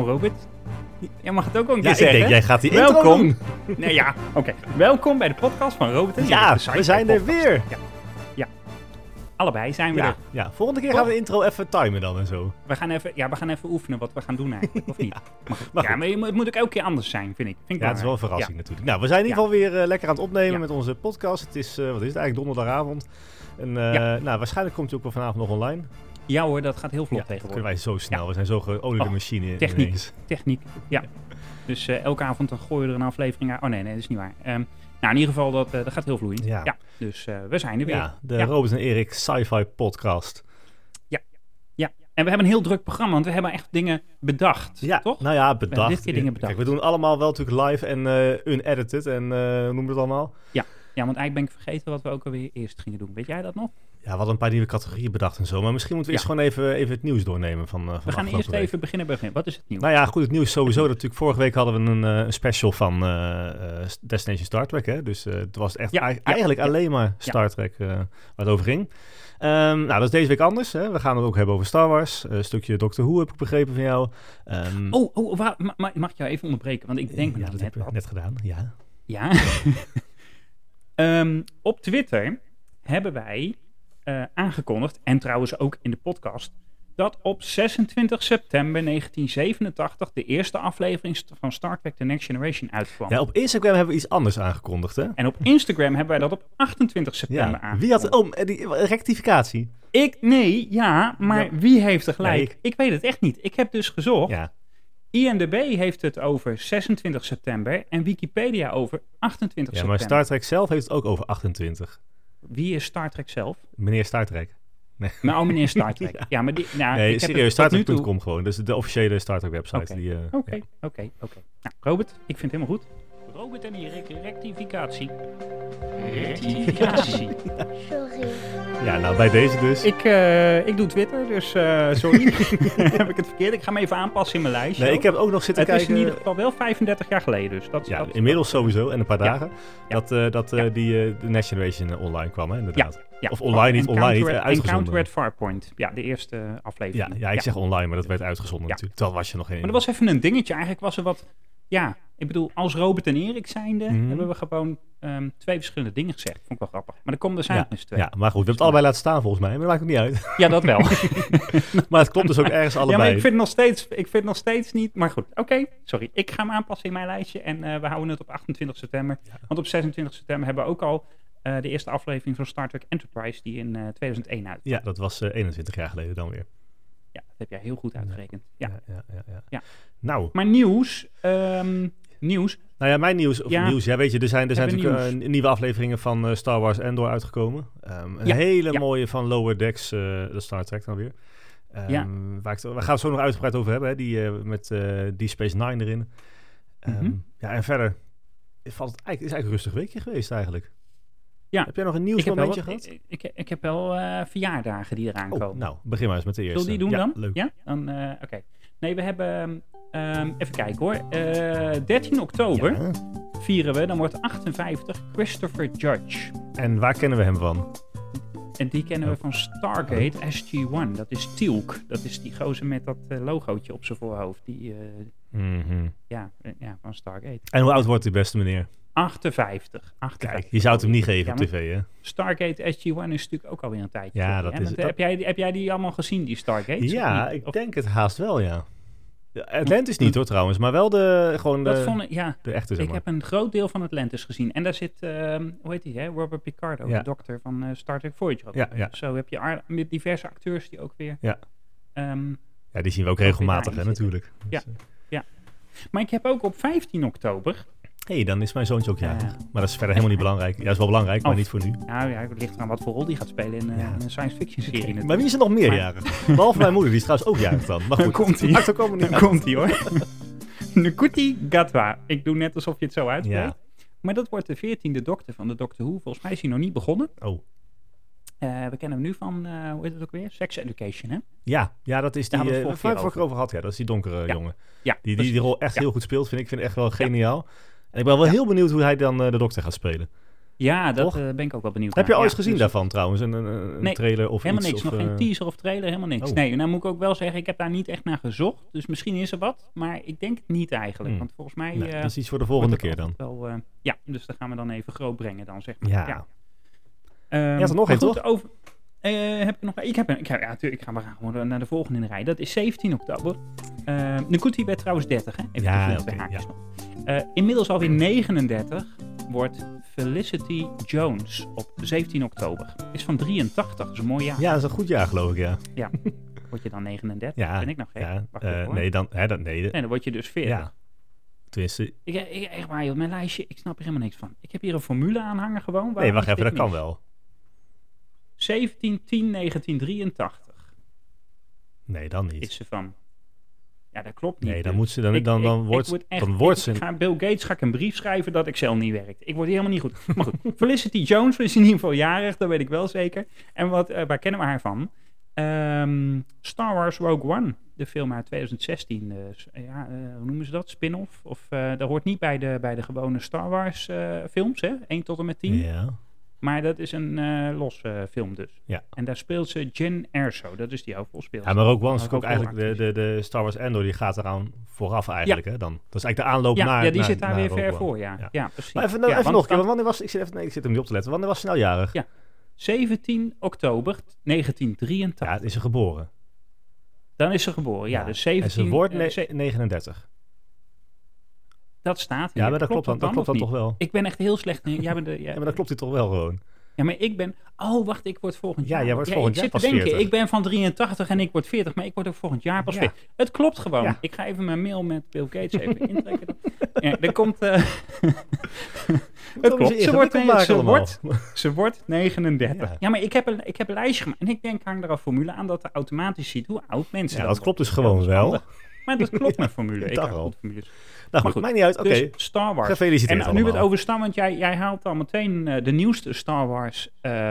Nou, Robert, jij mag het ook wel een keer zeggen. Ik denk, jij gaat die intro doen. Nee, ja, oké. Welkom bij de podcast van Robert en Ja, Erik, we zijn er weer. Ja, allebei zijn we er. Ja, volgende keer gaan we de intro even timen dan en zo. We gaan even oefenen wat we gaan doen eigenlijk, of niet? Maar maar het moet ook elke keer anders zijn, vind ik. Het is wel een verrassing natuurlijk. Nou, we zijn in ieder geval weer lekker aan het opnemen met onze podcast. Het is, wat is het eigenlijk, donderdagavond. En nou, waarschijnlijk komt hij ook wel vanavond nog online. Ja hoor, dat gaat heel vlot Dat tegenwoordig. kunnen wij zo snel. Ja. We zijn zo geoliede machine Techniek, ja. Dus elke avond dan gooien we er een aflevering uit. Oh nee, dat is niet waar. Nou, in ieder geval, dat gaat heel vloeiend. Ja. Dus we zijn er weer. Ja, de Robert en Erik sci-fi podcast. Ja. En we hebben een heel druk programma, want we hebben echt dingen bedacht, toch? Nou ja, bedacht. We hebben dit keer dingen bedacht. Kijk, we doen allemaal wel natuurlijk live en unedited en hoe noemen we het allemaal? Ja, want eigenlijk ben ik vergeten wat we ook alweer eerst gingen doen. Weet jij dat nog? Ja, we hadden een paar nieuwe categorieën bedacht en zo. Maar misschien moeten we eerst gewoon even het nieuws doornemen van we gaan eerst even beginnen. Wat is het nieuws? Nou ja, goed, het nieuws sowieso. Dat natuurlijk vorige week hadden we een special van Destination Star Trek. Hè? Dus het was echt eigenlijk alleen maar Star Trek waar het over ging. Nou, dat is deze week anders. Hè? We gaan het ook hebben over Star Wars. Een stukje Doctor Who heb ik begrepen van jou. Mag ik jou even onderbreken? Want ik denk dat heb ik net gedaan, Ja. Op Twitter hebben wij aangekondigd, en trouwens ook in de podcast, dat op 26 september 1987 de eerste aflevering van Star Trek The Next Generation uitkwam. Ja, op Instagram hebben we iets anders aangekondigd, hè? En op Instagram hebben wij dat op 28 september aangekondigd. Wie had die rectificatie? Maar wie heeft er gelijk? Nee, ik weet het echt niet. Ik heb dus gezocht. Ja. IMDb heeft het over 26 september en Wikipedia over 28 september. Ja, maar Star Trek zelf heeft het ook over 28. Wie is Star Trek zelf? Meneer Star Trek. Nee. Maar meneer Star Trek. Ja, maar nee, serieus, StarTrek.com gewoon. Dus de officiële Star Trek website. Oké. Nou, Robert, ik vind het helemaal goed. Robert en Erik, rectificatie. Sorry. Ja, nou bij deze dus. Ik doe Twitter, dus sorry. Heb ik het verkeerd? Ik ga hem even aanpassen in mijn lijstje. Nee, ik heb ook nog zitten kijken. Het is in ieder geval wel 35 jaar geleden. Dus inmiddels sowieso. En een paar dagen. Die The Next Generation online kwam, hè, inderdaad. Ja. Of online, niet uitgezonden. Encounter at Farpoint. Ja, de eerste aflevering. Ja, ik zeg online, maar dat werd uitgezonden natuurlijk. Terwijl was je nog geen... Maar dat was even een dingetje. Eigenlijk was er wat... Ja, ik bedoel, als Robert en Erik zijnde, hebben we gewoon 2 verschillende dingen gezegd. Vond ik wel grappig. Maar er komen er zijn dus 2. Ja, maar goed, we hebben het allebei laten staan volgens mij. Maar dat maakt ook niet uit. Ja, dat wel. Maar het klopt dus ook ergens allebei. Ja, maar ik vind het nog steeds niet. Maar goed, oké, sorry. Ik ga hem aanpassen in mijn lijstje. En we houden het op 28 september. Ja. Want op 26 september hebben we ook al de eerste aflevering van Star Trek Enterprise, die in 2001 uitkwam. Ja, dat was 21 jaar geleden dan weer. Ja, dat heb jij heel goed uitgerekend. Ja. Nou. Maar nieuws. Nou ja, mijn nieuws. Nieuws. Ja, weet je, er zijn natuurlijk nieuwe afleveringen van Star Wars Andor uitgekomen. Een hele mooie van Lower Decks, de Star Trek dan weer. Waar we gaan het zo nog uitgebreid over hebben, hè, die met Deep Space Nine erin. Ja, en verder is het eigenlijk een rustig weekje geweest eigenlijk. Ja. Heb jij nog een nieuwsmomentje gehad? Ik heb wel verjaardagen die eraan komen. Nou, begin maar eens met de eerste. Zullen die doen dan? Leuk. Ja? Dan, oké. Nee, we hebben... even kijken hoor. 13 oktober vieren we, dan wordt 58, Christopher Judge. En waar kennen we hem van? En die kennen we van Stargate SG-1. Dat is Teal'c. Dat is die gozer met dat logootje op zijn voorhoofd. Die, van Stargate. En hoe oud wordt die beste meneer? 58. Kijk, je zou het hem niet geven op tv, hè? Stargate SG-1 is natuurlijk ook alweer een tijdje. Ja, dat is het. Heb jij die allemaal gezien, die Stargates? Ja, ik denk het haast wel, ja. Atlantis niet hoor trouwens, maar wel de echte, zeg maar. Ik heb een groot deel van Atlantis gezien. En daar zit, hoe heet die, hè? Robert Picardo, de dokter van Star Trek Voyager. Ja. Zo heb je met diverse acteurs die ook weer... Ja, die zien we ook regelmatig, hè, natuurlijk. Ja. Maar ik heb ook op 15 oktober... Dan is mijn zoontje ook jarig. Maar dat is verder helemaal niet belangrijk. Ja, dat is wel belangrijk, maar niet voor nu. Nou ja, het ligt aan wat voor rol die gaat spelen in een science fiction serie. Okay. Maar wie is er nog meer jarig? Behalve mijn moeder, die is trouwens ook jarig dan. Maar goed, dan komt hij hoor. Ncuti Gatwa. Ik doe net alsof je het zo uitspreekt. Ja. Maar dat wordt de 14e dokter van de Doctor Who. Volgens mij is hij nog niet begonnen. Oh. We kennen hem nu van, hoe heet het ook weer? Sex Education, hè? Ja, dat is die, waar ik het over had. Ja, dat is die donkere jongen. Ja, die rol echt heel goed speelt, vind ik. Ik vind het echt wel geniaal. En ik ben wel heel benieuwd hoe hij dan de dokter gaat spelen. Ja, dat ben ik ook wel benieuwd. Heb je ooit gezien daarvan trouwens? Een trailer of helemaal iets? Niks. Nog geen teaser of trailer, helemaal niks. Oh. Nee, nou moet ik ook wel zeggen, ik heb daar niet echt naar gezocht. Dus misschien is er wat, maar ik denk het niet eigenlijk. Want volgens mij... dat is iets voor de volgende keer dan. Wel, dus dat gaan we dan even groot brengen dan, zeg maar. Ja. Je had er nog één, toch? Ik ga maar gewoon naar de volgende in de rij. Dat is 17 oktober. Nkuti werd trouwens 30, hè? Even bij haakjes nog. Inmiddels alweer 39 wordt Felicity Jones op 17 oktober. Is van 83, dat is een mooi jaar. Ja, dat is een goed jaar geloof ik, ja. Ja. Word je dan 39? Ja. Ben ik nog gek? Ja. Nee, dan word je dus 40. Ja. Tenminste... Echt waar, joh, mijn lijstje, ik snap er helemaal niks van. Ik heb hier een formule aanhangen gewoon. Nee, wacht even, dat kan wel. 17-10-1983. Nee, dan niet. Is ze van. Ja, dat klopt niet. Nee, dan moet ze dan wordt ze. Bill Gates ga ik een brief schrijven dat Excel niet werkt. Ik word hier helemaal niet goed. Maar goed, Felicity Jones is in ieder geval jarig, dat weet ik wel zeker. En waar kennen we haar van? Star Wars Rogue One, de film uit 2016. Hoe noemen ze dat? Spin-off? Of dat hoort niet bij de gewone Star Wars films, hè? 1 tot en met 10. Ja. Maar dat is een losse film dus. Ja. En daar speelt ze Jyn Erso. Dat is die hoofdrolspeler. Ja, maar Rogue One is ook eigenlijk de Star Wars Andor. Die gaat eraan vooraf eigenlijk. Hè, dan. Dat is eigenlijk de aanloop naar. Ja, die zit daar weer ver voor. Ja, precies. Maar even nog een keer. Want wanneer was... Ik zit hem niet op te letten. Wanneer was ze nou jarig? Ja. 17 oktober 1983. Ja, is ze geboren. Dan is ze geboren, ja. Dus 17... En ze wordt 39. Dat staat hier. Ja, maar dat klopt dan toch wel. Ik ben echt heel slecht. Ja, maar dat klopt hier toch wel gewoon. Ja, maar ik ben... Oh, wacht, ik word volgend jaar. Ja, jij wordt volgend jaar pas 40. Ik zit te denken, ik ben van 83 en ik word 40, maar ik word ook volgend jaar pas 40. Het klopt gewoon. Ja. Ik ga even mijn mail met Bill Gates even intrekken. Ja, er komt... Het klopt, ze wordt 39. Ja, maar ik heb een lijstje gemaakt en ik denk aan er formule aan dat er automatisch ziet hoe oud mensen zijn. Ja, dat klopt dus gewoon wel. Maar dat klopt met formule. Ik dacht al. Formules. Nou goed, maakt niet uit. Oké. Dus Star Wars. Gefeliciteerd en nu we het over Star Wars, want jij haalt al meteen de nieuwste Star Wars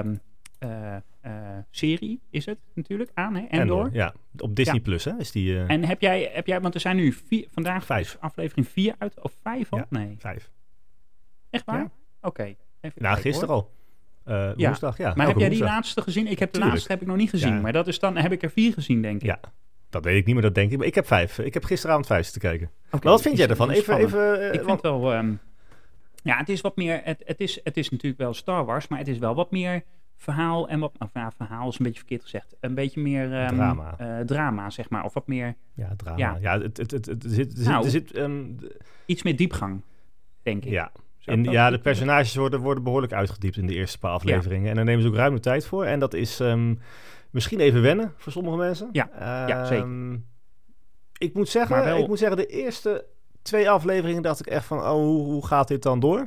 serie, is het natuurlijk, aan, hè? Andor. Ja, op Disney Plus, hè? Is die, En heb jij, want er zijn nu vandaag 5. aflevering 4 uit, of 5 al? Ja, nee. 5. Echt waar? Ja. Oké. Nou, gisteren al. Woensdag, ja. Maar heb jij die laatste gezien? De laatste heb ik nog niet gezien, maar dat is dan, heb ik er 4 gezien, denk ik. Ja. Dat weet ik niet, maar dat denk ik. Maar ik heb 5. Ik heb gisteravond 5 zitten kijken. Okay, maar wat vind jij ervan? Ik vind wel... ja, het is wat meer... Het is natuurlijk wel Star Wars, maar het is wel wat meer verhaal en wat... verhaal is een beetje verkeerd gezegd. Een beetje meer... drama, zeg maar. Of wat meer... Ja, drama. Ja, er zit iets meer diepgang, denk ik. Ja. De personages worden behoorlijk uitgediept in de eerste paar afleveringen. Ja. En daar nemen ze ook ruim de tijd voor. En dat is... misschien even wennen voor sommige mensen. Ja, zeker. Ik moet zeggen, de eerste 2 afleveringen dacht ik echt van... hoe gaat dit dan door?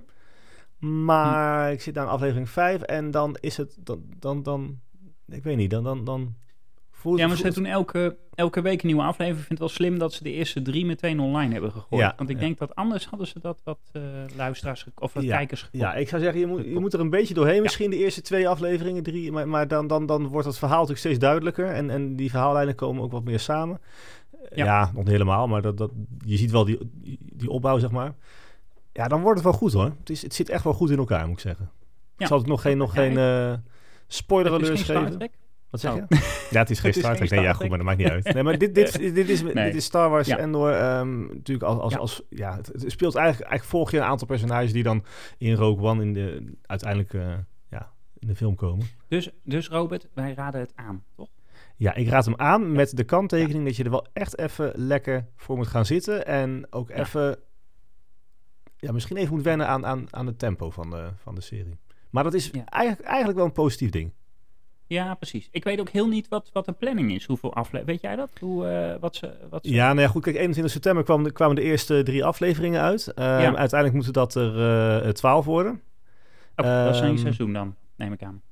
Maar ik zit aan aflevering 5 en dan is het... Dan ik weet niet, dan voelt maar ze doen elke week een nieuwe aflevering. Ik vind het wel slim dat ze de eerste 3 meteen online hebben gegooid. Ja, want ik denk dat anders hadden ze dat wat luisteraars of kijkers gekocht. Ja, ik zou zeggen, je moet er een beetje doorheen. Misschien de eerste 2 afleveringen, 3. Maar dan wordt het verhaal natuurlijk steeds duidelijker. En die verhaallijnen komen ook wat meer samen. Ja, nog niet helemaal. Maar je ziet wel die opbouw, zeg maar. Ja, dan wordt het wel goed hoor. Het zit echt wel goed in elkaar, moet ik zeggen. Ik zal het nog geen spoiler alerts geven. Wat zeg je? Ja, het is geen Star Trek. Nee, ja, goed, maar dat maakt niet uit. Nee, maar dit is Star Wars Andor. Natuurlijk het speelt eigenlijk volg je een aantal personages die dan in Rogue One uiteindelijk in de film komen. Dus Robert, wij raden het aan, toch? Ja, ik raad hem aan met de kanttekening dat je er wel echt even lekker voor moet gaan zitten en ook even misschien even moet wennen aan het tempo van de serie. Maar dat is eigenlijk wel een positief ding. Ja, precies. Ik weet ook heel niet wat de planning is. Hoeveel afleveringen? Weet jij dat? Wat ze... Ja, nou ja, goed. Kijk, 21 september kwamen de eerste 3 afleveringen uit. Uiteindelijk moeten dat er 12 worden. Dat is een seizoen dan, neem ik aan.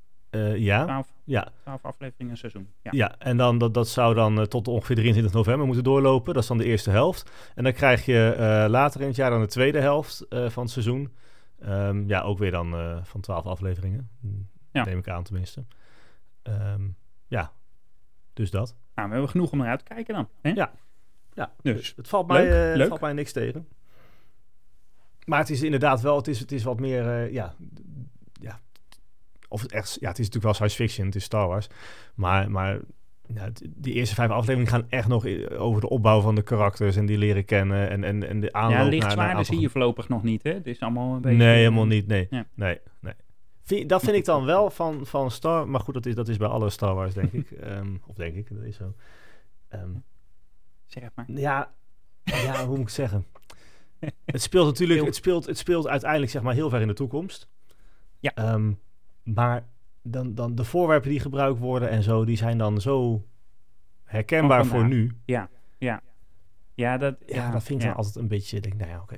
12 afleveringen een seizoen. Ja, en dan dat zou dan tot ongeveer 23 november moeten doorlopen. Dat is dan de eerste helft. En dan krijg je later in het jaar dan de tweede helft van het seizoen. Ook weer dan van 12 afleveringen. Neem ik aan tenminste. Dus dat. Nou, we hebben genoeg om naar uit te kijken dan. Hè? Ja. Dus het valt mij niks tegen. Maar het is inderdaad wel, het is wat meer, of het echt, het is natuurlijk wel science fiction, het is Star Wars, maar die eerste 5 afleveringen gaan echt nog over de opbau van de karakters en die leren kennen en de aanloop naar... Ja, lichtzwaarden zie je voorlopig nog niet, hè? Het is allemaal een beetje... Nee, helemaal niet, nee. Dat vind ik dan wel van Star... Maar goed, dat is bij alle Star Wars, denk ik. Of denk ik, dat is zo. Zeg maar. Ja, hoe moet ik het zeggen? Het speelt natuurlijk... Het speelt uiteindelijk, zeg maar, heel ver in de toekomst. Ja. Maar dan de voorwerpen die gebruikt worden en zo... die zijn dan zo herkenbaar voor nu. Ja. Ja, dat vind ik dan altijd een beetje... Denk, oké.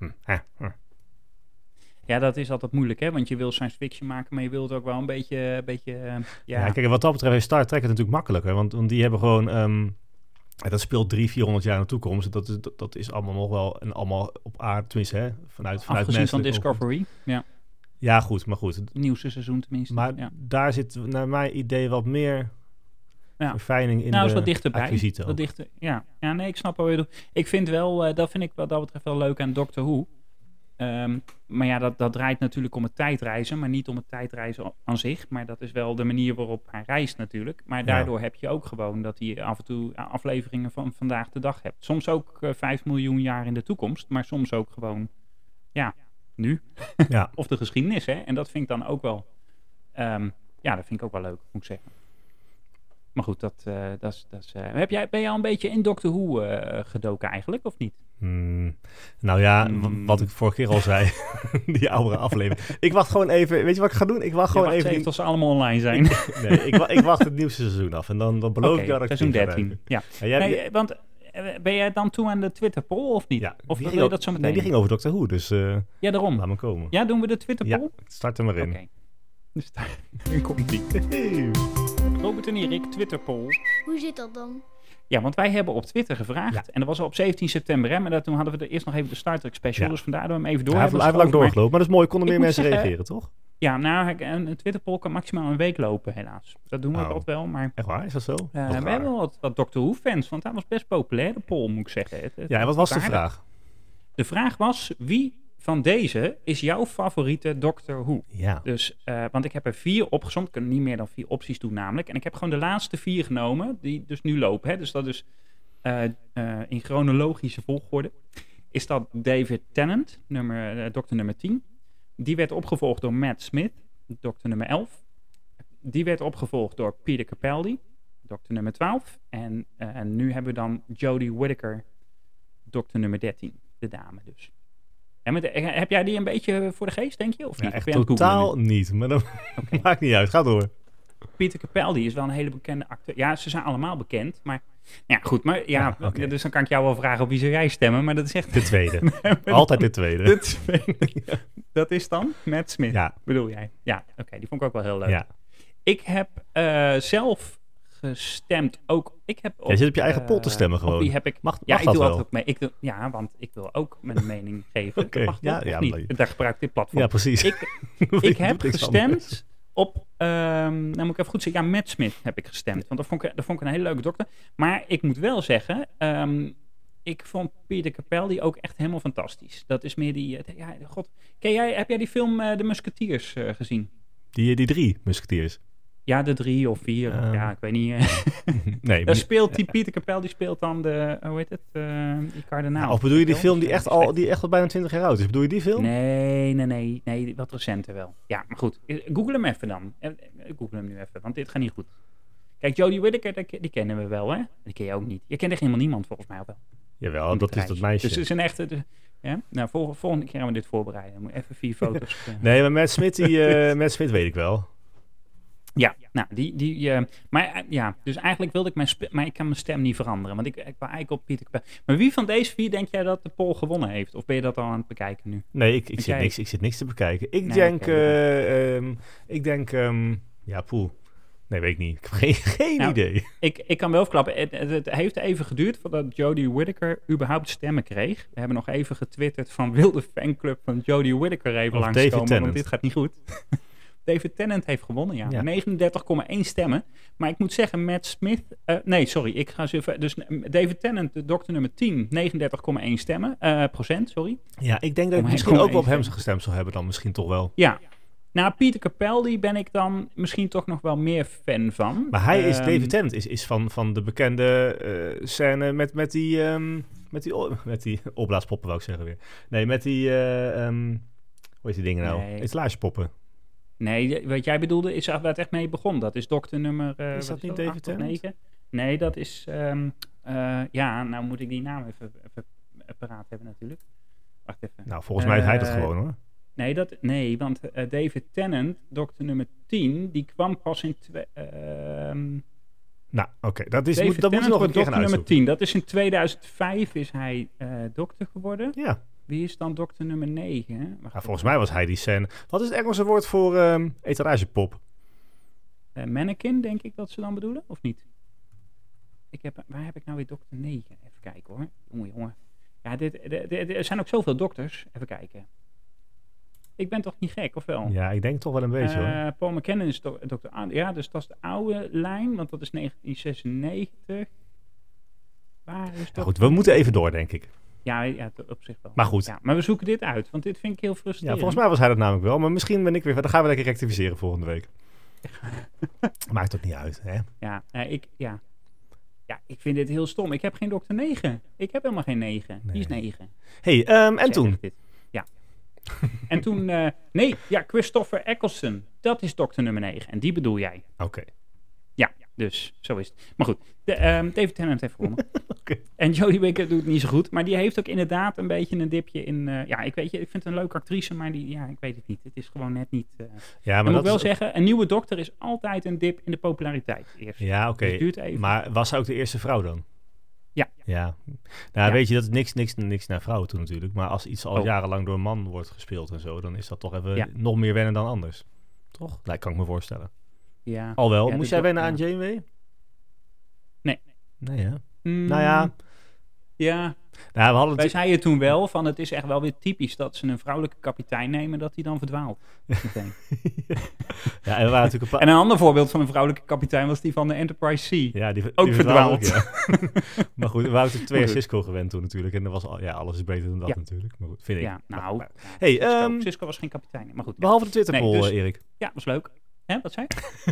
Ja, dat is altijd moeilijk, hè? Want je wil science fiction maken, maar je wilt ook wel een beetje Ja, kijk, wat dat betreft is Star Trek het natuurlijk makkelijker. Want die hebben gewoon... dat speelt 300-400 jaar in de toekomst. Dat is allemaal nog wel... En allemaal op aarde, tenminste, hè? Vanuit afgezien van Discovery, ja. Ja, goed, maar goed. Het nieuwste seizoen tenminste. Maar daar zit, naar mijn idee, wat meer verfijning in de is wat dichterbij. acquisitie. Wat dichter, ja, nee, ik snap wat je doet. Ik vind wel, dat vind ik wat dat betreft wel leuk aan Doctor Who. Maar ja, dat draait natuurlijk om het tijdreizen, maar niet om het tijdreizen aan zich. Maar dat is wel de manier waarop hij reist natuurlijk. Maar daardoor heb je ook gewoon dat hij af en toe afleveringen van vandaag de dag hebt. Soms ook 5 miljoen jaar in de toekomst, maar soms ook gewoon, nu. Ja. Of de geschiedenis, hè. En dat vind ik dan ook wel, dat vind ik ook wel leuk, moet ik zeggen. Maar goed, dat is... Ben jij al een beetje in Doctor Who gedoken eigenlijk, of niet? Nou ja, wat ik vorige keer al zei, die oudere aflevering. Ik wacht gewoon even, weet je wat ik ga doen? Ik wacht gewoon even tot ze allemaal online zijn. Nee, ik wacht het nieuwste seizoen af en dan beloof ik jou dat ik seizoen 13. Ja. Want ben jij dan toe aan de Twitter poll of niet? Ja, of wil je dat zo meteen? Nee, die ging over Doctor Who, dus ja, daarom. Laat me komen. Ja, doen we de Twitter poll? Ja, start er maar in. Oké. Dus daar komt die. Robert en Erik, Twitter poll. Hoe zit dat dan? Ja, want wij hebben op Twitter gevraagd. Ja. En dat was al op 17 september. Hè, maar toen hadden we eerst nog even de Star Trek special. Ja. Dus vandaar dat we hem even door hebben. Hij heeft lang doorgelopen. Maar dat is mooi. Konden meer mensen reageren, toch? Ja, een Twitter poll kan maximaal een week lopen, helaas. Dat doen we ook wel. Maar, echt waar? Is dat zo? We hebben wel wat Doctor Who fans. Want dat was best populair, de poll, moet ik zeggen. En wat was de vraag? De vraag was, wie van deze is jouw favoriete Doctor Who? Ja. Dus, want ik heb er 4 opgezomd. Ik kan niet meer dan 4 opties doen namelijk. En ik heb gewoon de laatste 4 genomen, die dus nu lopen. Hè. Dus dat is in chronologische volgorde. Is dat David Tennant, dokter nummer 10. Die werd opgevolgd door Matt Smith, dokter nummer 11. Die werd opgevolgd door Peter Capaldi, dokter nummer 12. En nu hebben we dan Jodie Whittaker, dokter nummer 13. De dame dus. Heb jij die een beetje voor de geest, denk je? Of niet? Ja, echt totaal niet, maar dat maakt niet uit. Ga door. Peter Capaldi is wel een hele bekende acteur. Ja, ze zijn allemaal bekend, maar... Ja, goed, maar dus dan kan ik jou wel vragen op wie zou jij stemmen, maar dat is echt... De tweede. Altijd de tweede. De tweede. Dat is dan Matt Smith, bedoel jij? Ja, oké, die vond ik ook wel heel leuk. Ja. Ik heb zelf gestemd ook. Ik heb jij zit op je eigen poll te stemmen gewoon. Die heb ik. Mag ik dat doe wel? altijd ook mee. Want ik wil ook mijn mening geven. Okay. Dat mag toch niet? Daar gebruik ik dit platform. Ja, precies. Ik heb gestemd op, nou moet ik even goed zeggen, Matt Smith heb ik gestemd. Want dat vond ik een hele leuke dokter. Maar ik moet wel zeggen, ik vond Peter Capaldi ook echt helemaal fantastisch. Dat is meer die, heb jij die film De Musketeers gezien? Die 3 Musketeers? Ja, de 3 of 4. Ja, ik weet niet. Nee. Daar speelt die Peter Capaldi speelt dan de, hoe heet het? Die kardinaal. Of bedoel je die film die echt al bijna 20 jaar oud is? Bedoel je die film? Nee, wat recenter wel. Ja, maar goed. Google hem even dan. Google hem nu even, want dit gaat niet goed. Kijk, Jodie Whittaker, die kennen we wel, hè? Die ken je ook niet. Je kent echt helemaal niemand, volgens mij, of wel? Jawel, dat is dat meisje. Dus het is een echte... Ja? Nou, volgende keer gaan we dit voorbereiden. Dan moet je even 4 foto's... Nee, maar Matt Smith weet ik wel. Ja, nou, dus eigenlijk wilde ik maar ik kan mijn stem niet veranderen, want ik wou eigenlijk op Peter Capaldi. Maar wie van deze 4 denk jij dat de poll gewonnen heeft? Of ben je dat al aan het bekijken nu? Nee, ik zit niks te bekijken. Ik denk, nee, weet ik niet. Ik heb geen idee. Ik kan wel verklappen, het heeft even geduurd voordat Jodie Whittaker überhaupt stemmen kreeg. We hebben nog even getwitterd van wil de fanclub van Jodie Whittaker even langskomen, want dit gaat niet goed. David Tennant heeft gewonnen, ja. 39,1 stemmen. Maar ik moet zeggen, Matt Smith... ik ga eens even... Dus David Tennant, de dokter nummer 10, 39,1 stemmen. Procent, sorry. Ja, ik denk dat ik misschien ook wel op hem gestemd zou hebben dan misschien toch wel. Ja. Nou, Peter Capaldi ben ik dan misschien toch nog wel meer fan van. Maar hij is... David Tennant is van de bekende scène met die opblaaspoppen, wou ik zeggen weer. Nee, met die... hoe heet die dingen nou? Etalagepoppen. Nee, wat jij bedoelde is waar het echt mee begon. Dat is dokter nummer... is dat niet David Tennant? Nee, dat is... nou moet ik die naam even paraat hebben natuurlijk. Wacht even. Nou, volgens mij is hij dat gewoon, hoor. Nee, want David Tennant, dokter nummer 10, die kwam pas in... Nou, oké. Dat moet je nog een keer dokter nummer 10. Dat is in 2005 is hij dokter geworden. Ja. Wie is dan dokter nummer 9? Volgens mij was hij die scène. Wat is het Engelse woord voor etalagepop? Mannequin, denk ik dat ze dan bedoelen, of niet? Waar heb ik nou weer dokter 9? Even kijken hoor. Jongen. Ja, er zijn ook zoveel dokters. Even kijken. Ik ben toch niet gek, of wel? Ja, ik denk toch wel een beetje hoor. Paul McKinnon is dokter A. Ja, dus dat is de oude lijn, want dat is 1996. Waar is goed, we moeten even door, denk ik. Ja, op zich wel. Maar goed. Ja, maar we zoeken dit uit, want dit vind ik heel frustrerend. Ja, volgens mij was hij dat namelijk wel. Maar misschien ben ik weer... Dan gaan we lekker rectificeren volgende week. Maakt het niet uit, hè? Ik vind dit heel stom. Ik heb geen dokter 9. Ik heb helemaal geen 9. Nee. Die is 9. Hey, en toen? Ja. En toen... Christopher Eccleston. Dat is dokter nummer 9. En die bedoel jij. Oké. Ja, dus zo is het. Maar goed, David Tennant heeft gewonnen. Okay. En Jodie Whittaker doet het niet zo goed. Maar die heeft ook inderdaad een beetje een dipje in... ik vind het een leuke actrice, maar ik weet het niet. Het is gewoon net niet... maar ik moet wel zeggen, een nieuwe dokter is altijd een dip in de populariteit. Eerst. Ja, oké. Dus duurt even. Maar was zij ook de eerste vrouw dan? Ja. Nou, weet je, dat is niks naar vrouwen toe natuurlijk. Maar als iets al jarenlang door een man wordt gespeeld en zo... dan is dat toch even nog meer wennen dan anders. Toch? Dat kan ik me voorstellen. Ja. Alwel, moest jij wennen aan Janeway? Nee. Nee, hè? Nou ja. Ja. Nou, wij zeiden toen wel van het is echt wel weer typisch dat ze een vrouwelijke kapitein nemen dat hij dan verdwaalt. Ja, en, we waren natuurlijk en een ander voorbeeld van een vrouwelijke kapitein was die van de Enterprise C. Ja, die ook verdwaald. Ja. Maar goed, we waren natuurlijk 2 Cisco gewend toen natuurlijk. En dat was alles is beter dan dat natuurlijk. Maar goed, vind ik. Ja, nou. Hey, Cisco was geen kapitein. Maar goed. Behalve de Twitter-poll, Erik. Ja, was leuk. Hè, wat zei je?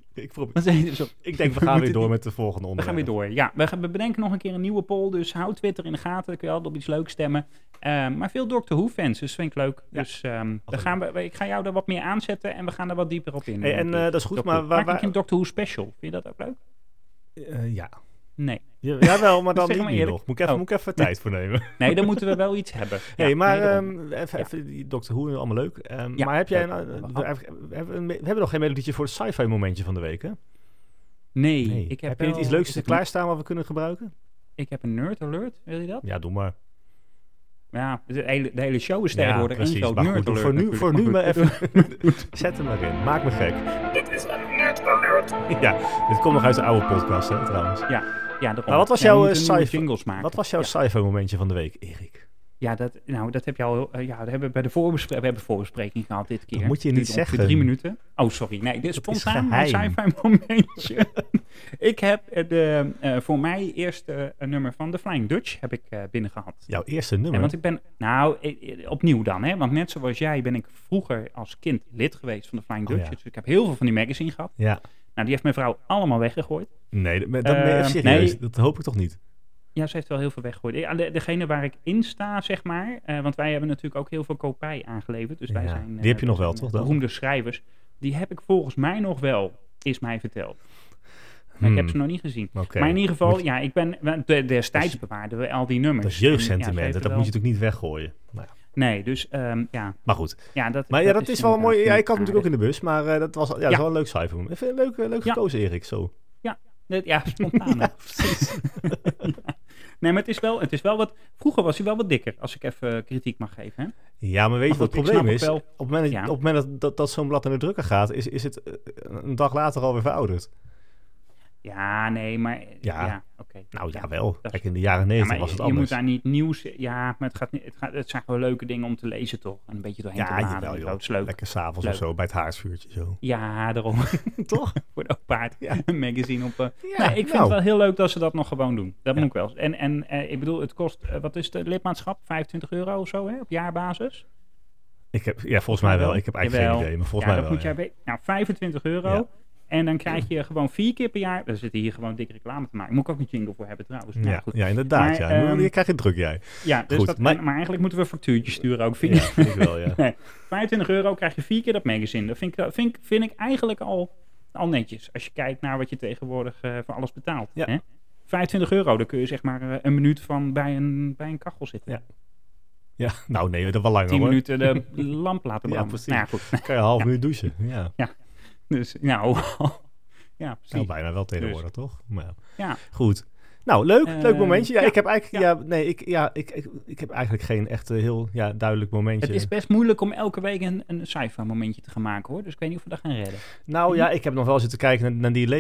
Ik denk, we gaan weer door met de volgende onderwerp. We gaan weer door. Ja, we bedenken nog een keer een nieuwe poll. Dus hou Twitter in de gaten. Dan kun je altijd op iets leuks stemmen. Maar veel Doctor Who fans, dus vind ik leuk. Ja. Dus ik ga jou er wat meer aanzetten. En we gaan er wat dieper op in. En dat is goed, maar... Maak ik een Doctor Who special? Vind je dat ook leuk? Ja. Nee. Jawel, maar dan niet nog. Moet ik even tijd voor nemen. Nee, dan moeten we wel iets hebben. Even die Doctor Who, allemaal leuk. Maar heb jij... we hebben nog geen melodietje voor het sci-fi momentje van de week, hè? Nee. Heb je niet iets leuks klaarstaan wat we kunnen gebruiken? Ik heb een nerd alert. Wil je dat? Ja, doe maar. Ja, de hele show is tegenwoordig één groot nerd alert. Voor nu maar even... Zet hem maar in. Maak me gek. Dit is een nerd alert. Ja, dit komt nog uit de oude podcast, hè, trouwens. Ja, maar wat was jouw sci-fi momentje van de week, Erik? Ja, dat heb je al... dat hebben we bij de voorbespreking gehad dit keer. Dat moet je niet zeggen. 3 minuten. Oh, sorry. Nee, dit is spontaan mijn sci-fi momentje. Ik heb voor mij eerste nummer van The Flying Dutch heb ik binnen gehad. Jouw eerste nummer? En want ik ben... opnieuw dan, hè. Want net zoals jij ben ik vroeger als kind lid geweest van The Flying Dutch. Dus ik heb heel veel van die magazine gehad. Ja. Nou, die heeft mijn vrouw allemaal weggegooid. Nee, serieus. Dat hoop ik toch niet? Ja, ze heeft wel heel veel weggegooid. Degene waar ik in sta, zeg maar. Want wij hebben natuurlijk ook heel veel kopij aangeleverd. Dus wij zijn... die heb je nog wel, toch? Beroemde schrijvers. Die heb ik volgens mij nog wel, is mij verteld. Maar ik heb ze nog niet gezien. Okay. Maar in ieder geval, ik ben... Destijds bewaarden we al die nummers. Dat is jeugdsentiment. Dat moet je natuurlijk niet weggooien. Nou. Nee, dus Maar goed. Ja, dat is wel mooi. Ja, ik had natuurlijk ook in de bus. Maar dat was wel een leuk cijfer. Even leuk gekozen, Erik. Zo. Ja, spontaan. Ja, precies. Nee, maar het is wel wat... Vroeger was hij wel wat dikker, als ik even kritiek mag geven. Hè? Ja, maar weet je wat het probleem is? Op het moment dat zo'n blad naar de drukker gaat, is het een dag later alweer verouderd. Ja, nee, maar... Ja, oké. Nou ja, wel. Kijk, in de jaren 90 was het anders. Je moet daar niet nieuws... Ja, maar het zijn gewoon leuke dingen om te lezen, toch? En een beetje doorheen te laden. Ja, het is leuk. Lekker s'avonds of zo, bij het haardvuurtje zo. Ja, daarom. Toch? Voor de paard. Ja. Een magazine op... nee, ik vind het wel heel leuk dat ze dat nog gewoon doen. Dat moet ik wel. En ik bedoel, het kost... wat is het lidmaatschap? €25 of zo, hè? Op jaarbasis? Volgens mij wel. Ik heb eigenlijk geen idee, maar volgens mij wel. Moet jij weten. Nou, €25. Ja. En dan krijg je gewoon 4 keer per jaar... We zitten hier gewoon dikke reclame te maken. Moet ik ook een jingle voor hebben trouwens. Ja, goed. Ja, inderdaad. Maar, je krijgt druk, jij. Ja, dus goed, maar eigenlijk moeten we een factuurtje sturen ook. Vind wel, ja. Nee, €25 krijg je 4 keer dat magazine. Dat vind ik eigenlijk al netjes. Als je kijkt naar wat je tegenwoordig voor alles betaalt. Ja. Hè? €25, dan kun je zeg maar een minuut van bij een kachel zitten. Ja. Ja, nou nee, dat wel langer 10 minuten de lamp laten branden. Ja, precies. Nou, goed. Kan je half uur douchen. Ja. Dus, nou... ja, precies. Nou, bijna wel tegenwoordig, toch? Maar ja. Goed. Nou, leuk momentje. Ja, ik heb eigenlijk... Ik heb eigenlijk geen echt heel duidelijk momentje. Het is best moeilijk om elke week een sci-fi momentje te gaan maken, hoor. Dus ik weet niet of we dat gaan redden. Nou ja, ik heb nog wel zitten kijken naar die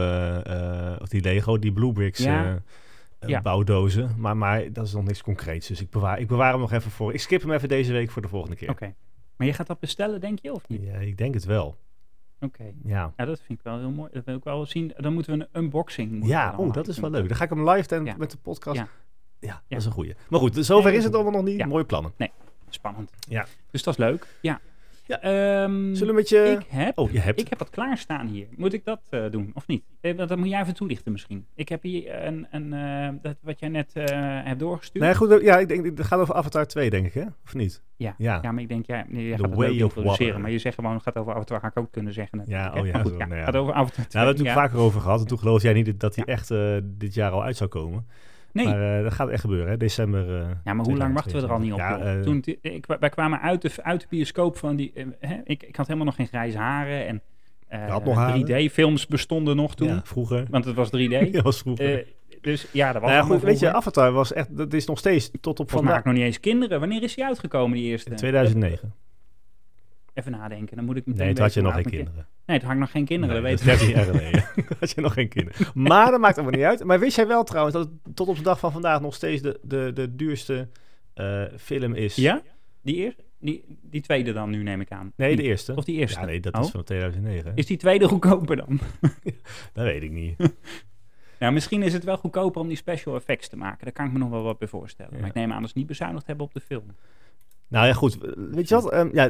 Lego, die Bluebricks bouwdozen. Maar dat is nog niks concreets. Dus ik bewaar hem nog even voor. Ik skip hem even deze week voor de volgende keer. Oké. Maar je gaat dat bestellen, denk je, of niet? Ja, ik denk het wel. Oké. Ja, dat vind ik wel heel mooi. Dat wil ik wel zien. Dan moeten we een unboxing. Dat is wel leuk. Dan ga ik hem live met de podcast. Ja, dat is een goeie. Maar goed, zover is het allemaal nog niet. Ja. Mooie plannen. Nee, spannend. Ja. Dus dat is leuk. Ja. Zullen we met je... Ik heb wat klaarstaan hier. Moet ik dat doen, of niet? Dat moet jij even toelichten misschien. Ik heb hier dat wat jij net hebt doorgestuurd. Nee, goed. Ja, ik denk, het gaat over Avatar 2, denk ik, hè? Of niet? Ja, maar ik denk, jij gaat het Way ook of introduceren. Maar je zegt gewoon, het gaat over Avatar, ga ik ook kunnen zeggen. Natuurlijk. Het gaat over Avatar 2. Nou, we hebben het natuurlijk vaker over gehad. En toen geloofde jij niet dat hij echt dit jaar al uit zou komen. Nee. Maar dat gaat echt gebeuren, hè? December. Ja, maar hoe lang wachten we er al niet op? Wij kwamen uit de bioscoop van die... Ik had helemaal nog geen grijze haren. En 3D-films bestonden nog toen. Ja, vroeger. Want het was 3D. Ja, was vroeger. Dus ja, dat was goed, weet je, Avatar was echt... Dat is nog steeds tot op vandaag. Maak nog niet eens kinderen. Wanneer is die uitgekomen, die eerste? In 2009. Even nadenken, dan moet ik meteen... Nee, toen had je nog geen kinderen. Nee, toen had ik nog geen kinderen, nee, dat weet ik. 13 jaar geleden had je nog geen kinderen. Maar dat maakt allemaal niet uit. Maar wist jij wel trouwens dat het tot op de dag van vandaag nog steeds de duurste film is? Ja? Die eerste? Die tweede dan nu, neem ik aan. Nee, de eerste. Of die eerste? Ja, nee, dat is van 2009. Is die tweede goedkoper dan? Dat weet ik niet. Nou, misschien is het wel goedkoper om die special effects te maken. Daar kan ik me nog wel wat bij voorstellen. Ja. Maar ik neem aan dat ze niet bezuinigd hebben op de film. Nou ja, goed. Weet je wat?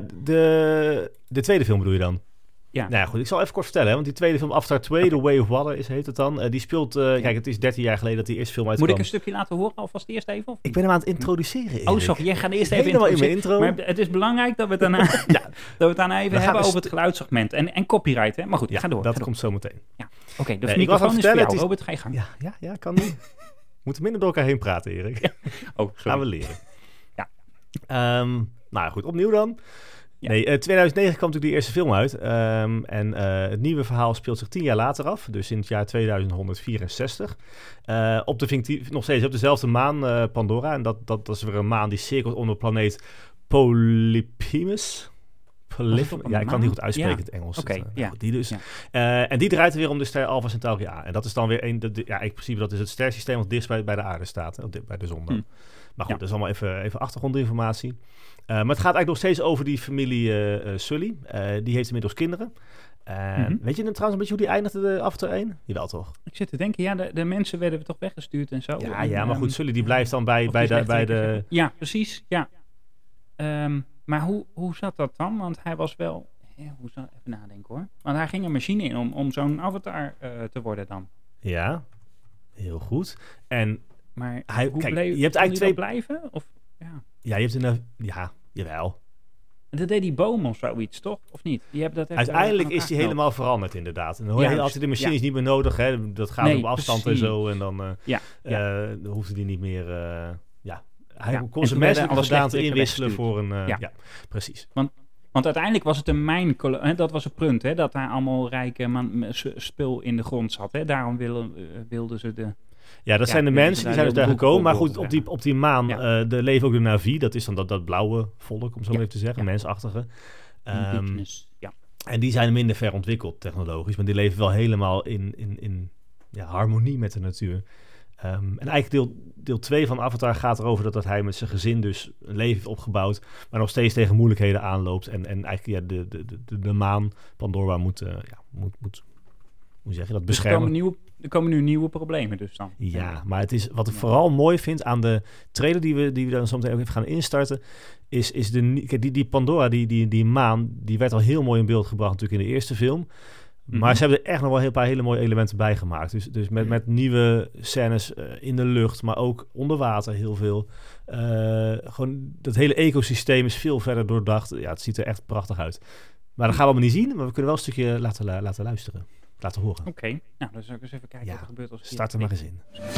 De tweede film bedoel je dan? Ja. Nou ja, goed. Ik zal even kort vertellen. Hè, want die tweede film, Avatar 2, The Way of Water heet het dan. Die speelt... Kijk, het is 13 jaar geleden dat die eerste film uitkwam. Moet ik een stukje laten horen alvast eerst even? Of ik ben hem aan het introduceren, Erik. Oh, sorry. Jij gaat eerst even helemaal in mijn intro. Maar het is belangrijk dat we het daarna, even hebben over het geluidssegment. En copyright, hè? Maar goed, ga door. Dat komt zo meteen. Ja. Oké, de microfoon is voor jou. Robert, ga je gang. Ja, kan niet. We moeten minder door elkaar heen praten, Erik. Ja. Oh, sorry. Gaan we leren. Ja. Nou goed, opnieuw dan. Ja. Nee, 2009 kwam natuurlijk die eerste film uit. Het nieuwe verhaal speelt zich 10 jaar later af. Dus in het jaar 2164. Nog steeds op dezelfde maan, Pandora. En dat is weer een maan die cirkelt om de planeet Polyphemus. Ja, ik kan het niet goed uitspreken in het Engels. Okay, die dus. Ja. En die draait weer om de ster Alpha Centauri A. En dat is dan weer in principe dat is het sterrensysteem wat dichtst bij de aarde staat. Bij de zon dan. Maar goed, dat is allemaal even achtergrondinformatie. Maar het gaat eigenlijk nog steeds over die familie Sully. Die heeft inmiddels kinderen. Weet je trouwens een beetje hoe die eindigde, de Avatar 1? Jawel toch? Ik zit te denken, de mensen werden toch weggestuurd en zo. Ja, maar goed, Sully die blijft dan bij de... Ja, precies, ja. Maar hoe zat dat dan? Want hij was wel... even nadenken hoor. Want hij ging een machine in om zo'n avatar te worden dan. Ja, heel goed. Maar je hebt eigenlijk twee... blijven? Of, ja, je hebt jawel. Dat deed die boom of zoiets, toch? Of niet? Uiteindelijk is die helemaal veranderd inderdaad. En dan had hij de machines niet meer nodig. Hè? Dat gaat op afstand precies. En zo. En dan hoefde die niet meer... Hij kon zijn mensen alle gedaante inwisselen voor een... Ja, precies. Want uiteindelijk was het een mijnkolonie. Dat was het punt, hè, dat daar allemaal rijke spul in de grond zat. Hè. Daarom wilden ze de... Ja, dat zijn de mensen, die zijn dus daar gekomen. Maar goed, op die maan leven ook de Na'vi. Dat is dan dat blauwe volk, om zo maar even te zeggen. Mensachtige. En die zijn minder ver ontwikkeld technologisch. Maar die leven wel helemaal in harmonie met de natuur. En eigenlijk deel 2 van Avatar gaat erover dat hij met zijn gezin dus een leven heeft opgebouwd, maar nog steeds tegen moeilijkheden aanloopt. En eigenlijk de maan Pandora moet hoe zeg je dat, beschermen. Er komen nu nieuwe problemen dus dan. Ja, maar het is wat ik vooral mooi vind aan de trailer die we dan zo meteen ook even gaan instarten, is die Pandora, die maan, die werd al heel mooi in beeld gebracht natuurlijk in de eerste film. Maar ze hebben er echt nog wel een paar hele mooie elementen bij gemaakt. Dus met nieuwe scènes in de lucht, maar ook onder water heel veel. Gewoon dat hele ecosysteem is veel verder doordacht. Ja, het ziet er echt prachtig uit. Maar dat gaan we allemaal niet zien, maar we kunnen wel een stukje laten luisteren. Laten horen. Oké, nou dan zal ik eens even kijken wat er gebeurt als start er maar eens in.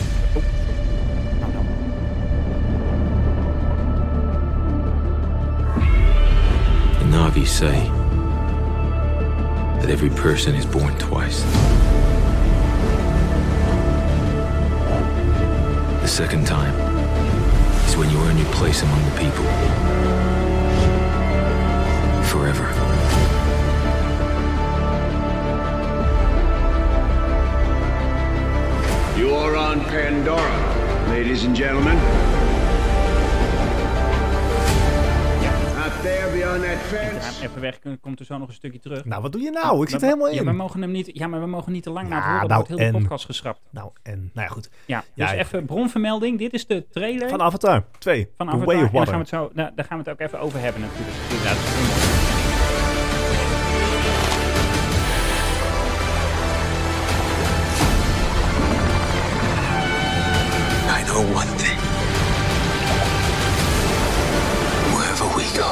The Na'vi say that every person is born twice. The second time is when you earn your place among the people. Forever. You are on Pandora, ladies and gentlemen. Out there beyond that fence. Even weg, komt er zo nog een stukje terug. Nou, wat doe je nou? Ik zit er helemaal in. Ja, maar we mogen niet te lang laten horen. Dan wordt heel de podcast geschrapt. Nou ja, goed. Ja, dus even bronvermelding. Dit is de trailer. Van Avatar 2. Van Avatar. Way of Water. Daar gaan we het ook even over hebben natuurlijk. Ja, dat is heel mooi. I know one thing. Wherever we go.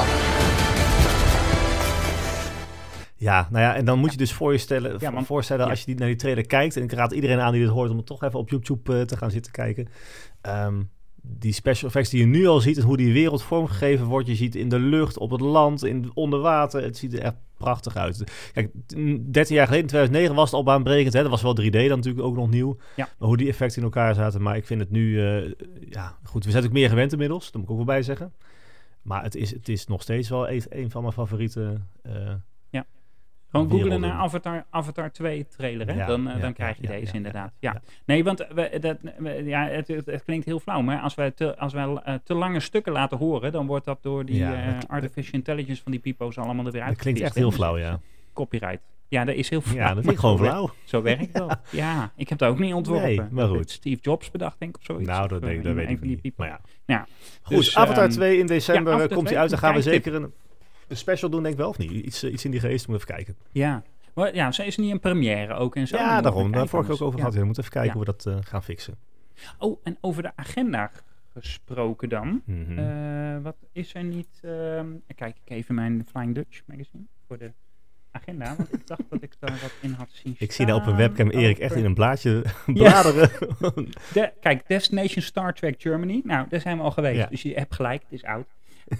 Ja, nou ja, en dan moet je dus voorstellen als je naar die trailer kijkt, en ik raad iedereen aan die dit hoort om het toch even op YouTube te gaan zitten kijken. Die special effects die je nu al ziet en hoe die wereld vormgegeven wordt. Je ziet in de lucht, op het land, onder water. Het ziet er echt prachtig uit. Kijk, 13 jaar geleden, in 2009, was het al baanbrekend. Hè? Dat was wel 3D dan natuurlijk ook nog nieuw. Ja. Maar hoe die effecten in elkaar zaten. Maar ik vind het nu... goed, we zijn ook meer gewend inmiddels. Dat moet ik ook wel bij zeggen. Maar het is nog steeds wel een van mijn favoriete... Gewoon googlen naar Avatar 2 trailer, hè? Dan krijg je deze inderdaad. Ja. Nee, want het klinkt heel flauw, maar als wij te lange stukken laten horen, dan wordt dat door die artificial intelligence van die pipo's allemaal er weer uit. Dat klinkt echt heel flauw, ja. Copyright. Ja, dat is heel flauw. Ja, dat vind ik gewoon flauw. Zo werkt dat. Ja, ik heb dat ook niet ontworpen. Nee, maar goed. Steve Jobs bedacht, denk ik, of zoiets. Nou, dat weet ik niet. Maar ja. Goed, dus, Avatar 2 in december komt hij uit. Dan gaan we zeker een special doen, denk ik wel, of niet? Iets in die geest, moet even kijken. Ja, maar ze is niet een première ook en zo. Ja, daarom. Daar vorige keer ook over gehad. We moeten even kijken hoe we dat gaan fixen. Oh, en over de agenda gesproken dan. Wat is er niet... kijk ik even mijn Flying Dutch magazine voor de agenda, want ik dacht dat ik daar wat in had zien staan. Ik zie daar op een webcam Erik echt in een blaadje bladeren. Kijk, Destination Star Trek Germany. Nou, daar zijn we al geweest. Ja. Dus je hebt gelijk, het is oud.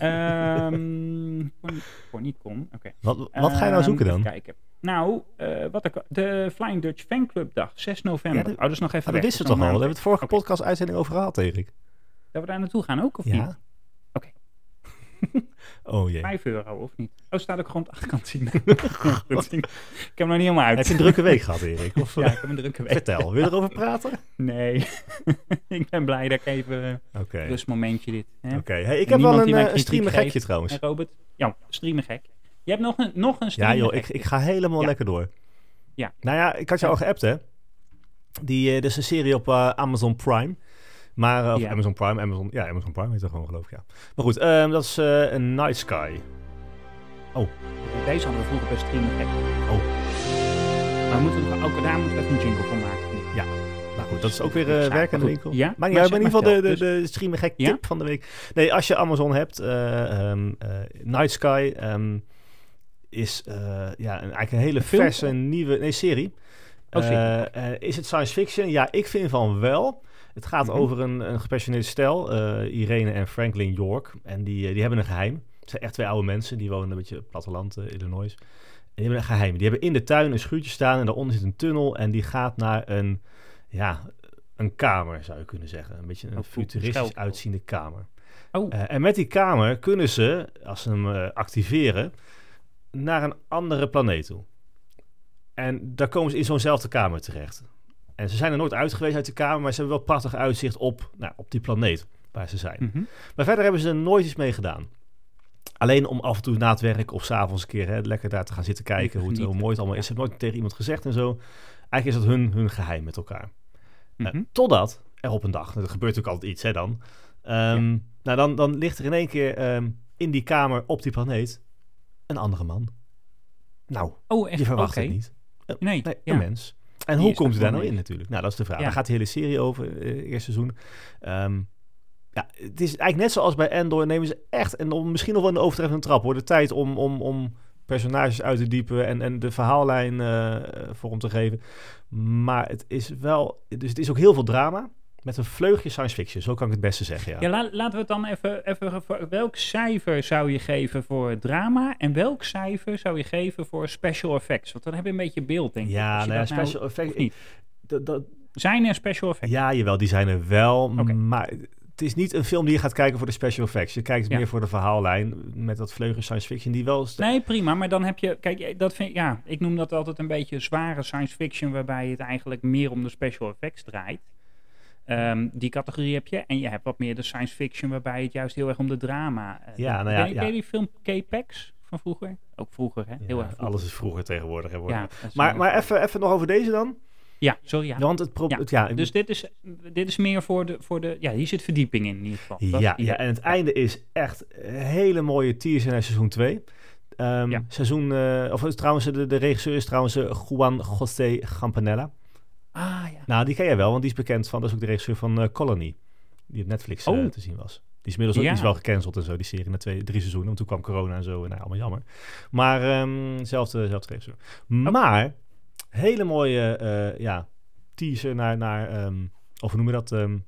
Pornicon. Okay. Wat ga je nou zoeken dan? Kijken. Nou, de Flying Dutch Fanclub dag, 6 november. Dat is nog even weg. Dat is het toch al? Daar hebben we het vorige podcast-uitzending over gehad, Erik. Dat we daar naartoe gaan ook, of niet? Oké. Oh jee. €5 of niet? Oh, staat ook gewoon op de achterkant zien. Ik heb hem nog niet helemaal uit. Heb je een drukke week gehad, Erik? Of, ja, ik heb een drukke week. Vertel, wil je erover praten? Nee. Ik ben blij dat ik even rustmomentje dit. Oké. Hey, ik heb wel een streamergekje trouwens. Robert? Ja, streamergek. Je hebt nog een streamergek. Ja joh, ik ga helemaal lekker door. Ja. Nou ja, ik had je al geappt, hè? Dat is een serie op Amazon Prime. Maar, Amazon Prime heet dat gewoon, geloof ik, ja. Maar goed, dat is een Night Sky. Oh. Deze hadden we vroeger bij streamergek. Oh. Maar daar moeten we even een jingle van maken. Ja. Nou goed, dat is ook weer werk in de winkel. Ja, maar in ieder geval de streamergek tip van de week. Nee, als je Amazon hebt, Night Sky is eigenlijk een hele verse nieuwe serie. Is het science fiction? Ja, ik vind van wel. Het gaat over een gepassioneerde stel, Irene en Franklin York. En die hebben een geheim. Het zijn echt 2 oude mensen, die wonen een beetje op het platteland, Illinois. En die hebben een geheim. Die hebben in de tuin een schuurtje staan en daaronder zit een tunnel. En die gaat naar een kamer, zou je kunnen zeggen. Een beetje een futuristisch uitziende kamer. Oh. En met die kamer kunnen ze, als ze hem activeren, naar een andere planeet toe. En daar komen ze in zo'nzelfde kamer terecht. En ze zijn er nooit uit geweest uit de kamer, maar ze hebben wel prachtig uitzicht op die planeet waar ze zijn. Mm-hmm. Maar verder hebben ze er nooit iets mee gedaan. Alleen om af en toe na het werk of 's avonds een keer lekker daar te gaan zitten kijken hoe mooi het allemaal is. Ze hebben nooit tegen iemand gezegd en zo. Eigenlijk is dat hun geheim met elkaar. Mm-hmm. Totdat er op een dag, er gebeurt ook altijd iets hè dan. Dan ligt er in één keer in die kamer op die planeet een andere man. Nou, je verwacht het niet. Nee, een mens. En hoe komt hij daar nou in natuurlijk? Nou, dat is de vraag. Daar gaat de hele serie over, eerste seizoen. Het is eigenlijk net zoals bij Andor. Nemen ze echt, en misschien nog wel een overtreffende trap hoor, de tijd om personages uit te diepen en de verhaallijn vorm te geven. Maar het is wel, dus het is ook heel veel drama. Met een vleugje science fiction, zo kan ik het beste zeggen. Ja, laten we het dan even... Welk cijfer zou je geven voor drama en welk cijfer zou je geven voor special effects? Want dan heb je een beetje beeld, denk ik. Ja, special effects... niet. Zijn er special effects? Ja, jawel, die zijn er wel. Okay. Maar het is niet een film die je gaat kijken voor de special effects. Je kijkt meer voor de verhaallijn met dat vleugje science fiction die wel... Nee, prima, maar dan heb je... Kijk, ik noem dat altijd een beetje zware science fiction, waarbij het eigenlijk meer om de special effects draait. Die categorie heb je. En je hebt wat meer de science fiction, waarbij het juist heel erg om de drama... Ken je die film K-Pax van vroeger? Ook vroeger, hè? Heel erg vroeger. Alles is vroeger tegenwoordig. Hè, maar even nog over deze dan. Ja, sorry. Ja. Want dus dit is meer voor de... Ja, hier zit verdieping in ieder geval. En het einde is echt een hele mooie teaser naar seizoen 2. Trouwens, de regisseur is trouwens Juan José Campanella. Ah, ja. Nou, die ken jij wel, want die is bekend van... Dat is ook de regisseur van Colony, die op Netflix te zien was. Die is inmiddels ook iets wel gecanceld en zo, die serie, na 3 seizoenen. Want toen kwam corona en zo, en allemaal jammer. Maar zelfde regisseur. Maar, hele mooie teaser naar of hoe noem je dat?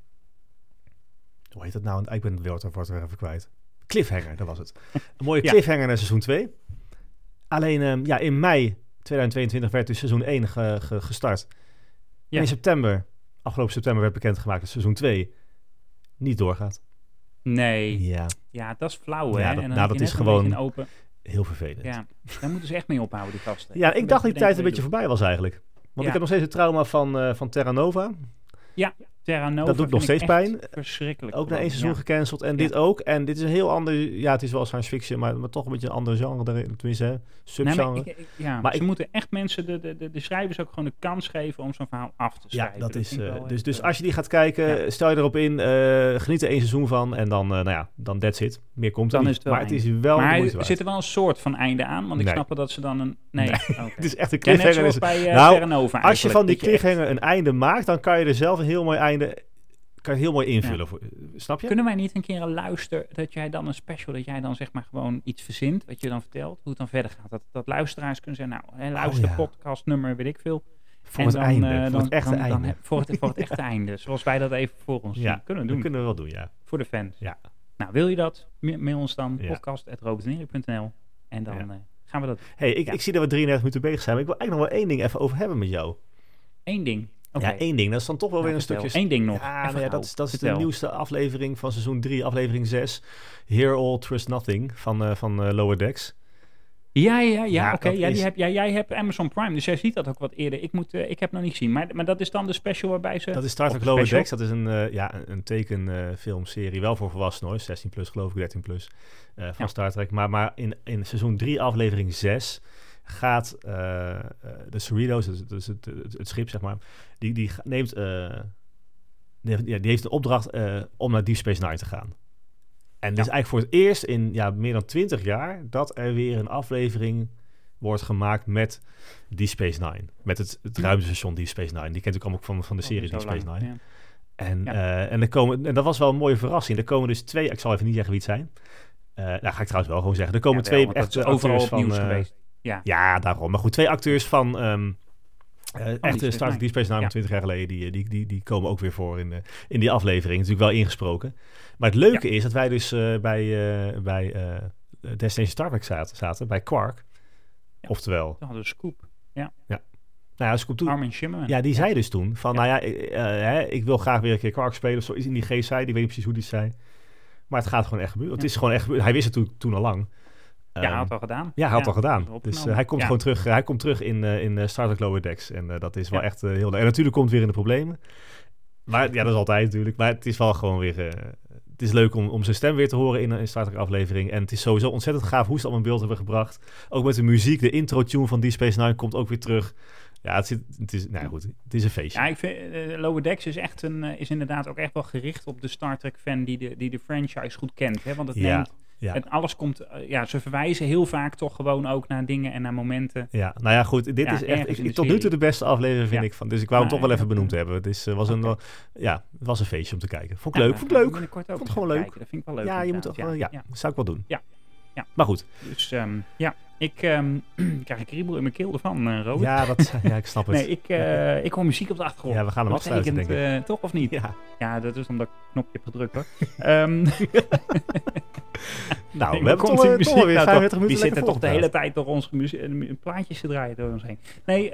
Hoe heet dat nou? Ik ben het woord er even kwijt. Cliffhanger, dat was het. Een mooie cliffhanger naar seizoen 2. Alleen, in mei 2022 werd dus seizoen 1 gestart. Ja. In afgelopen september werd bekendgemaakt dat seizoen 2 niet doorgaat. Nee. Ja, dat is flauw, hè? Ja, dat is gewoon heel vervelend. Ja, daar moeten ze echt mee ophouden, die gasten. Ja, ik dacht dat die tijd een beetje voorbij was eigenlijk. Want ik heb nog steeds het trauma van Terra Nova. Ja, Terra Nova. Dat doet nog steeds pijn. Verschrikkelijk. Ook na 1 seizoen gecanceld. En dit ook. En dit is een heel ander... Ja, het is wel science fiction, maar toch een beetje een ander genre. Tenminste, subgenre. Maar ze moeten echt mensen, de schrijvers ook gewoon de kans geven om zo'n verhaal af te schrijven. Ja, dat is... Dus als je die gaat kijken, stel je erop in. Geniet er 1 seizoen van. En dan that's it. Meer komt er niet. Maar het is wel... Maar er zit er wel een soort van einde aan. Want ik snap dat ze dan een... Nee. Okay. Het is echt een cliffhanger. Net zoals bij Terra Nova. Als je van die cliffhanger een einde maakt, dan kan je er zelf een heel mooi einde... Kan je heel mooi invullen. Snap je? Kunnen wij niet een keer een luister... dat jij dan een special... dat jij dan zeg maar gewoon iets verzint... wat je dan vertelt, hoe het dan verder gaat. Dat luisteraars kunnen zeggen... nou, luister podcastnummer, weet ik veel. Voor het einde. Voor het echte einde. Voor het echte einde. Zoals wij dat even voor ons zien. Kunnen we doen. Dat kunnen we wel doen, ja. Voor de fans. Ja. Nou, wil je dat? Mail ons dan. podcast@robertnerik.nl en dan gaan we dat... Hey, ik zie dat we 33 minuten bezig zijn. Maar ik wil eigenlijk nog wel 1 ding even over hebben met jou. 1 ding? Okay. Ja, 1 ding. Dat is dan toch wel weer een stukje... 1 ding nog. Dat is de nieuwste aflevering van seizoen 3, aflevering 6. Hear All, Trust Nothing van Lower Decks. Ja, oké. Jij hebt Amazon Prime, dus jij ziet dat ook wat eerder. Ik heb nog niet gezien. Maar dat is dan de special waarbij ze... Dat is Star Trek Lower Decks. Dat is een tekenfilmserie. Wel voor volwassenen hoor. 16 plus geloof ik, 13 plus van Star Trek. Maar in seizoen 3, aflevering 6... gaat de Cerritos, dus het schip, zeg maar, die neemt... die heeft een opdracht om naar Deep Space Nine te gaan. En dit is eigenlijk voor het eerst in meer dan 20 jaar... dat er weer een aflevering wordt gemaakt met Deep Space Nine. Met het ruimtestation Deep Space Nine. Die kent u allemaal van de serie Deep Space Nine. Ja. En dat was wel een mooie verrassing. Er komen dus 2... Ik zal even niet zeggen wie het zijn. Ga ik trouwens wel gewoon zeggen. Er komen 2 echt overal op nieuws geweest. Ja, daarom. Maar goed, 2 acteurs van echte Star Trek Deep Space Nine 20 jaar geleden... die komen ook weer voor in die aflevering. Natuurlijk wel ingesproken. Maar het leuke is dat wij dus bij Destination Star Trek zaten, bij Quark. Ja. Oftewel... Dat hadden we Scoop. Ja. Nou ja, Scoop toen... Armin Shimmerman. Ja, die zei dus toen van... ik wil graag weer een keer Quark spelen. Of zo is in die geest zei. Die weet niet precies hoe die zei. Maar het gaat gewoon echt gebeuren. Het is gewoon echt gebeuren. Hij wist het toen al lang. hij had al gedaan. Ja, hij had al gedaan. Dus hij komt gewoon terug. Hij komt terug in Star Trek Lower Decks. En dat is wel echt heel leuk. En natuurlijk komt het weer in de problemen. Maar ja, dat is altijd natuurlijk. Maar het is wel gewoon weer... het is leuk om zijn stem weer te horen in een Star Trek aflevering. En het is sowieso ontzettend gaaf hoe ze het allemaal in beeld hebben gebracht. Ook met de muziek. De intro-tune van Deep Space Nine komt ook weer terug. Ja, het is een feestje. Ja, ik vind Lower Decks is echt is inderdaad ook echt wel gericht op de Star Trek fan die de franchise goed kent. Hè? Want het neemt... Ja. En alles komt... ze verwijzen heel vaak toch gewoon ook naar dingen en naar momenten. Ja, nou ja, goed. Dit is echt tot nu toe de beste aflevering, vind ik. Dus ik wou hem toch wel even benoemd hebben. Het was een feestje om te kijken. Vond ik leuk. Vond het gewoon leuk. Dat vind ik wel leuk. Ja, je moet toch wel... Ja, dat zou ik wel doen. Ja. Maar goed. Dus ik krijg een kriebel in mijn keel ervan, Robert. Ja, ik snap het. Nee, ik hoor muziek op de achtergrond. Ja, we gaan hem afsluiten, denk ik. Toch of niet? Ja, dat is omdat ik het knopje heb gedrukt, hoor. Nou, we hebben toch weer 35 minuten. Die zitten toch de hele tijd door ons plaatjes te draaien door ons heen. Nee,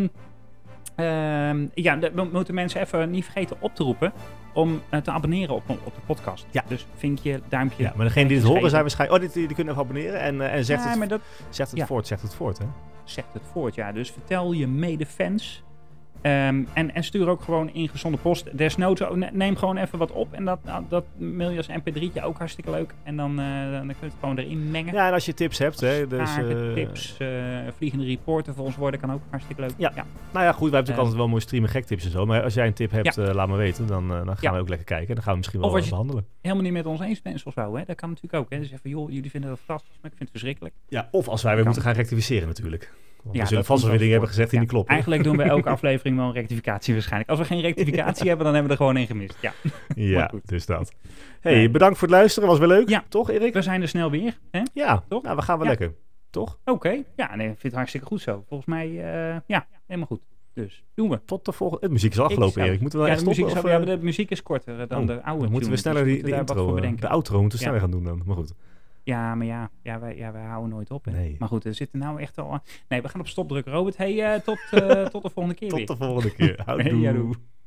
we moeten mensen even niet vergeten op te roepen om te abonneren op de podcast. Ja. Dus vinkje, duimpje. Ja, maar degene die het horen zijn waarschijnlijk... die kunnen even abonneren en zegt het voort, hè? Zegt het voort, ja. Dus vertel je medefans. En stuur ook gewoon in gezonde post. Desnoods, neem gewoon even wat op. En dat mail je als mp3'tje ook hartstikke leuk. En dan kun je het gewoon erin mengen. Ja, en als je tips hebt. Hè, dus, tips, vliegende reporter voor ons worden kan ook hartstikke leuk. Ja. Nou ja, goed. Wij hebben natuurlijk altijd wel mooie streamen gek tips en zo. Maar als jij een tip hebt, laat me weten. Dan gaan we ook lekker kijken. Dan gaan we misschien wel behandelen. Helemaal niet met ons eens bent of zo. Hè? Dat kan natuurlijk ook. Hè? Dus even, joh, jullie vinden dat fantastisch, maar ik vind het verschrikkelijk. Ja, of als wij weer moeten gaan rectificeren natuurlijk. Want we zullen vast wel weer dingen hebben gezegd die niet kloppen. Eigenlijk doen we elke aflevering wel een rectificatie waarschijnlijk. Als we geen rectificatie hebben, dan hebben we er gewoon één gemist. Ja, dus dat. Hey, bedankt voor het luisteren. Was weer leuk. Ja. Toch, Erik? We zijn er snel weer. Hè? Ja, toch? Nou, we gaan wel lekker. Toch? Oké. Ja, nee, ik vind het hartstikke goed zo. Volgens mij, helemaal goed. Dus, doen we. Tot de volgende... Het muziek is al afgelopen, Erik. Moeten we wel echt stoppen? De muziek is korter dan de oude. Dan moeten we sneller de intro... De outro moeten we sneller gaan doen dan. Maar goed. Ja, maar wij houden nooit op. Hè? Nee. Maar goed, er zitten nou echt al... Nee, we gaan op stop drukken, Robert. Hey, tot de volgende keer weer. Tot de volgende keer. Houdoe.